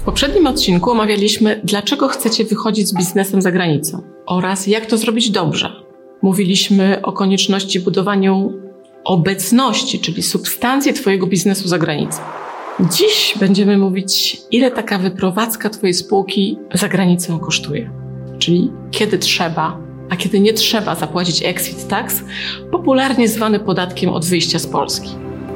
poprzednim odcinku omawialiśmy, dlaczego chcecie wychodzić z biznesem za granicą oraz jak to zrobić dobrze. Mówiliśmy o konieczności budowania obecności, czyli substancji Twojego biznesu za granicą. Dziś będziemy mówić, ile taka wyprowadzka Twojej spółki za granicę kosztuje. Czyli kiedy trzeba, a kiedy nie trzeba zapłacić exit tax, popularnie zwany podatkiem od wyjścia z Polski.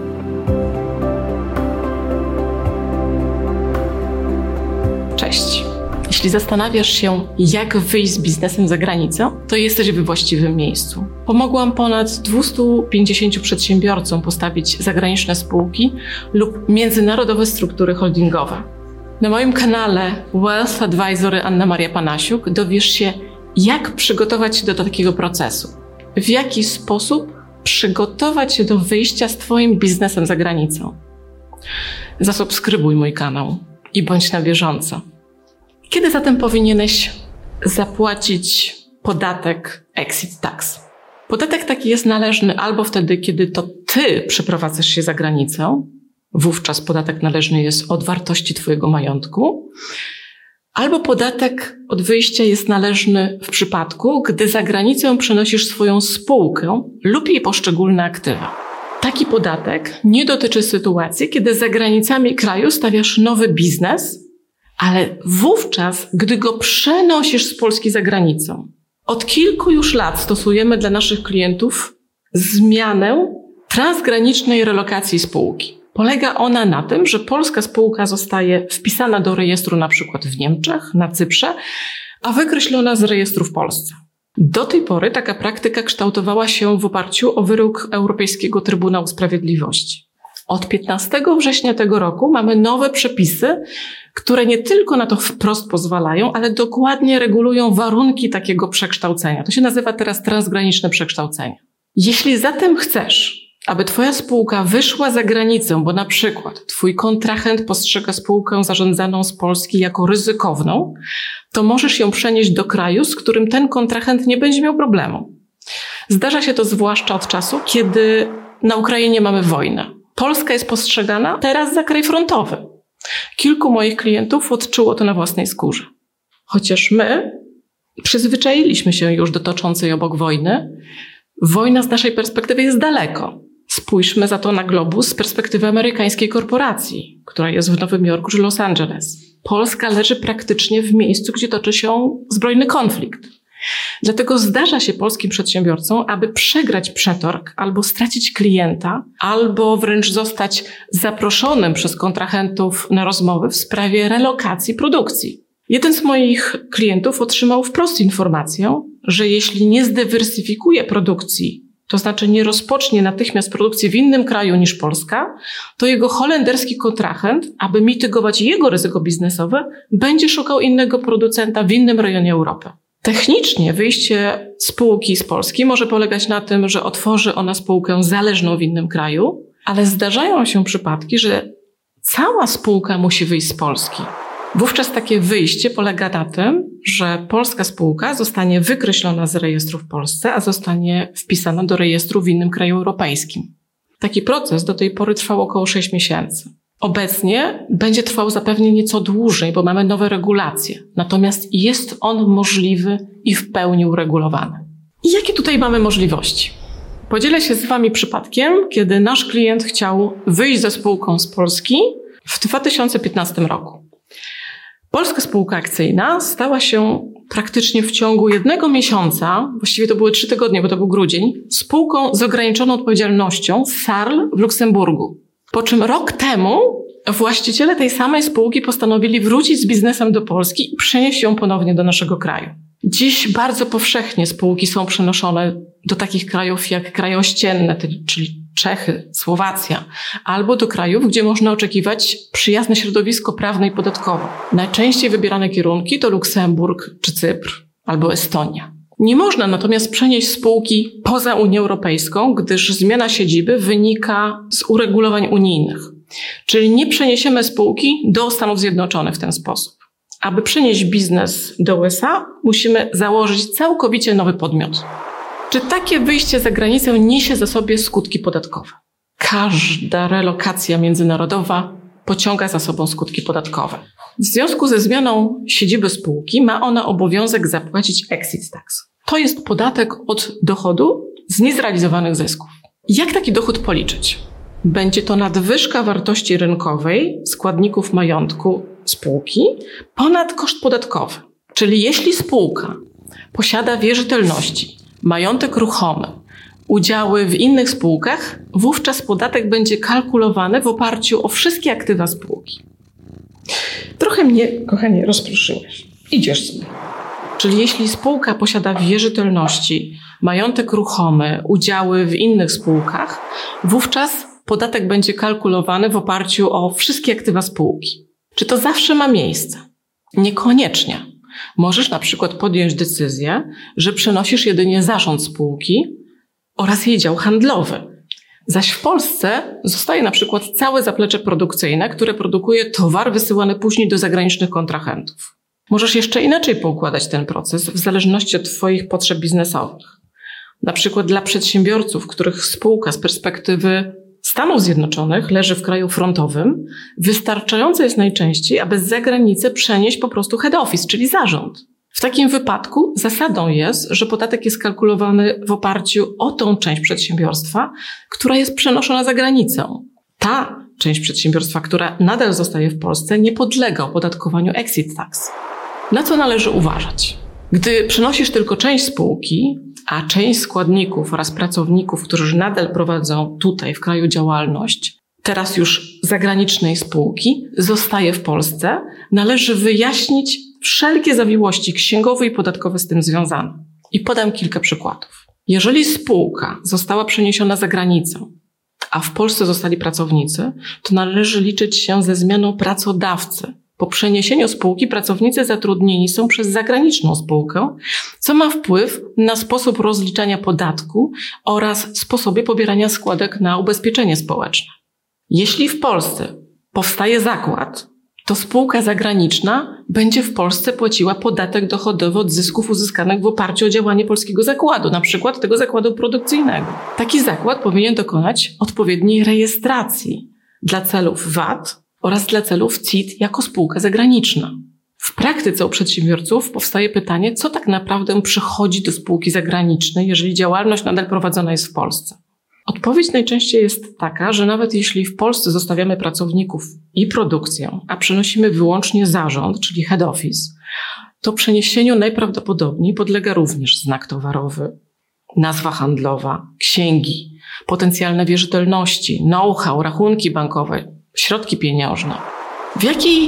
Cześć! Jeśli zastanawiasz się, jak wyjść z biznesem za granicę, to jesteś we właściwym miejscu. Pomogłam ponad 250 przedsiębiorcom postawić zagraniczne spółki lub międzynarodowe struktury holdingowe. Na moim kanale Wealth Advisory Anna Maria Panasiuk dowiesz się, jak przygotować się do takiego procesu. W jaki sposób przygotować się do wyjścia z Twoim biznesem za granicą. Zasubskrybuj mój kanał i bądź na bieżąco. Kiedy zatem powinieneś zapłacić podatek exit tax? Podatek taki jest należny albo wtedy, kiedy to Ty przeprowadzasz się za granicę, wówczas podatek należny jest od wartości Twojego majątku, albo podatek od wyjścia jest należny w przypadku, gdy za granicę przenosisz swoją spółkę lub jej poszczególne aktywa. Taki podatek nie dotyczy sytuacji, kiedy za granicami kraju stawiasz nowy biznes, ale wówczas, gdy go przenosisz z Polski za granicą. Od kilku już lat stosujemy dla naszych klientów zmianę transgranicznej relokacji spółki. Polega ona na tym, że polska spółka zostaje wpisana do rejestru na przykład w Niemczech, na Cyprze, a wykreślona z rejestru w Polsce. Do tej pory taka praktyka kształtowała się w oparciu o wyrok Europejskiego Trybunału Sprawiedliwości. Od 15 września tego roku mamy nowe przepisy, które nie tylko na to wprost pozwalają, ale dokładnie regulują warunki takiego przekształcenia. To się nazywa teraz transgraniczne przekształcenie. Jeśli zatem chcesz, aby Twoja spółka wyszła za granicę, bo na przykład Twój kontrahent postrzega spółkę zarządzaną z Polski jako ryzykowną, to możesz ją przenieść do kraju, z którym ten kontrahent nie będzie miał problemu. Zdarza się to zwłaszcza od czasu, kiedy na Ukrainie mamy wojnę. Polska jest postrzegana teraz za kraj frontowy. Kilku moich klientów odczuło to na własnej skórze. Chociaż my przyzwyczailiśmy się już do toczącej obok wojny, wojna z naszej perspektywy jest daleko. Spójrzmy za to na globus z perspektywy amerykańskiej korporacji, która jest w Nowym Jorku czy Los Angeles. Polska leży praktycznie w miejscu, gdzie toczy się zbrojny konflikt. Dlatego zdarza się polskim przedsiębiorcom, aby przegrać przetarg albo stracić klienta, albo wręcz zostać zaproszonym przez kontrahentów na rozmowy w sprawie relokacji produkcji. Jeden z moich klientów otrzymał wprost informację, że jeśli nie zdywersyfikuje produkcji, to znaczy nie rozpocznie natychmiast produkcji w innym kraju niż Polska, to jego holenderski kontrahent, aby mitygować jego ryzyko biznesowe, będzie szukał innego producenta w innym rejonie Europy. Technicznie wyjście spółki z Polski może polegać na tym, że otworzy ona spółkę zależną w innym kraju, ale zdarzają się przypadki, że cała spółka musi wyjść z Polski. Wówczas takie wyjście polega na tym, że polska spółka zostanie wykreślona z rejestru w Polsce, a zostanie wpisana do rejestru w innym kraju europejskim. Taki proces do tej pory trwał około 6 miesięcy. Obecnie będzie trwał zapewne nieco dłużej, bo mamy nowe regulacje. Natomiast jest on możliwy i w pełni uregulowany. I jakie tutaj mamy możliwości? Podzielę się z Wami przypadkiem, kiedy nasz klient chciał wyjść ze spółką z Polski w 2015 roku. Polska spółka akcyjna stała się praktycznie w ciągu 1 miesiąca, właściwie to były 3 tygodnie, bo to był grudzień, spółką z ograniczoną odpowiedzialnością SARL w Luksemburgu. Po czym rok temu właściciele tej samej spółki postanowili wrócić z biznesem do Polski i przenieść ją ponownie do naszego kraju. Dziś bardzo powszechnie spółki są przenoszone do takich krajów jak kraje ościenne, czyli Czechy, Słowacja, albo do krajów, gdzie można oczekiwać przyjazne środowisko prawne i podatkowe. Najczęściej wybierane kierunki to Luksemburg czy Cypr albo Estonia. Nie można natomiast przenieść spółki poza Unię Europejską, gdyż zmiana siedziby wynika z uregulowań unijnych. Czyli nie przeniesiemy spółki do Stanów Zjednoczonych w ten sposób. Aby przenieść biznes do USA, musimy założyć całkowicie nowy podmiot. Czy takie wyjście za granicę niesie za sobie skutki podatkowe? Każda relokacja międzynarodowa pociąga za sobą skutki podatkowe. W związku ze zmianą siedziby spółki ma ona obowiązek zapłacić exit tax. To jest podatek od dochodu z niezrealizowanych zysków. Jak taki dochód policzyć? Będzie to nadwyżka wartości rynkowej składników majątku spółki ponad koszt podatkowy. Czyli jeśli spółka posiada wierzytelności, majątek ruchomy, udziały w innych spółkach, wówczas podatek będzie kalkulowany w oparciu o wszystkie aktywa spółki. Trochę mnie, kochanie, rozproszyłeś. Idziesz sobie. Czyli jeśli spółka posiada wierzytelności, majątek ruchomy, udziały w innych spółkach, wówczas podatek będzie kalkulowany w oparciu o wszystkie aktywa spółki. Czy to zawsze ma miejsce? Niekoniecznie. Możesz na przykład podjąć decyzję, że przenosisz jedynie zarząd spółki oraz jej dział handlowy. Zaś w Polsce zostaje na przykład całe zaplecze produkcyjne, które produkuje towar wysyłany później do zagranicznych kontrahentów. Możesz jeszcze inaczej poukładać ten proces w zależności od Twoich potrzeb biznesowych. Na przykład dla przedsiębiorców, których spółka z perspektywy Stanów Zjednoczonych leży w kraju frontowym, wystarczające jest najczęściej, aby z zagranicy przenieść po prostu head office, czyli zarząd. W takim wypadku zasadą jest, że podatek jest kalkulowany w oparciu o tą część przedsiębiorstwa, która jest przenoszona za granicę. Ta część przedsiębiorstwa, która nadal zostaje w Polsce, nie podlega opodatkowaniu exit tax. Na co należy uważać? Gdy przenosisz tylko część spółki, a część składników oraz pracowników, którzy nadal prowadzą tutaj w kraju działalność, teraz już zagranicznej spółki, zostaje w Polsce, należy wyjaśnić wszelkie zawiłości księgowe i podatkowe z tym związane. I podam kilka przykładów. Jeżeli spółka została przeniesiona za granicę, a w Polsce zostali pracownicy, to należy liczyć się ze zmianą pracodawcy. Po przeniesieniu spółki pracownicy zatrudnieni są przez zagraniczną spółkę, co ma wpływ na sposób rozliczania podatku oraz sposobie pobierania składek na ubezpieczenie społeczne. Jeśli w Polsce powstaje zakład, to spółka zagraniczna będzie w Polsce płaciła podatek dochodowy od zysków uzyskanych w oparciu o działanie polskiego zakładu, na przykład tego zakładu produkcyjnego. Taki zakład powinien dokonać odpowiedniej rejestracji dla celów VAT oraz dla celów CIT jako spółka zagraniczna. W praktyce u przedsiębiorców powstaje pytanie, co tak naprawdę przychodzi do spółki zagranicznej, jeżeli działalność nadal prowadzona jest w Polsce. Odpowiedź najczęściej jest taka, że nawet jeśli w Polsce zostawiamy pracowników i produkcję, a przenosimy wyłącznie zarząd, czyli head office, to przeniesieniu najprawdopodobniej podlega również znak towarowy, nazwa handlowa, księgi, potencjalne wierzytelności, know-how, rachunki bankowe, środki pieniężne. W jakiej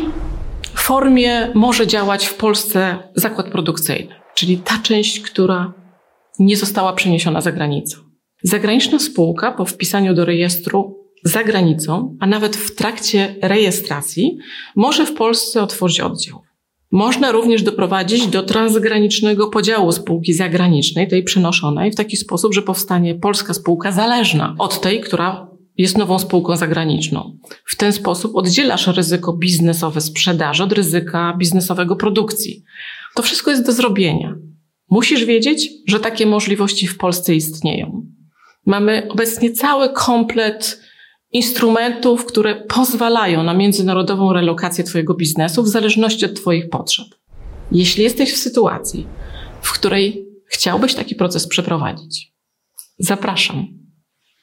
formie może działać w Polsce zakład produkcyjny, czyli ta część, która nie została przeniesiona za granicę? Zagraniczna spółka po wpisaniu do rejestru za granicą, a nawet w trakcie rejestracji, może w Polsce otworzyć oddział. Można również doprowadzić do transgranicznego podziału spółki zagranicznej, tej przenoszonej, w taki sposób, że powstanie polska spółka zależna od tej, która jest nową spółką zagraniczną. W ten sposób oddzielasz ryzyko biznesowe sprzedaży od ryzyka biznesowego produkcji. To wszystko jest do zrobienia. Musisz wiedzieć, że takie możliwości w Polsce istnieją. Mamy obecnie cały komplet instrumentów, które pozwalają na międzynarodową relokację Twojego biznesu w zależności od Twoich potrzeb. Jeśli jesteś w sytuacji, w której chciałbyś taki proces przeprowadzić, zapraszam.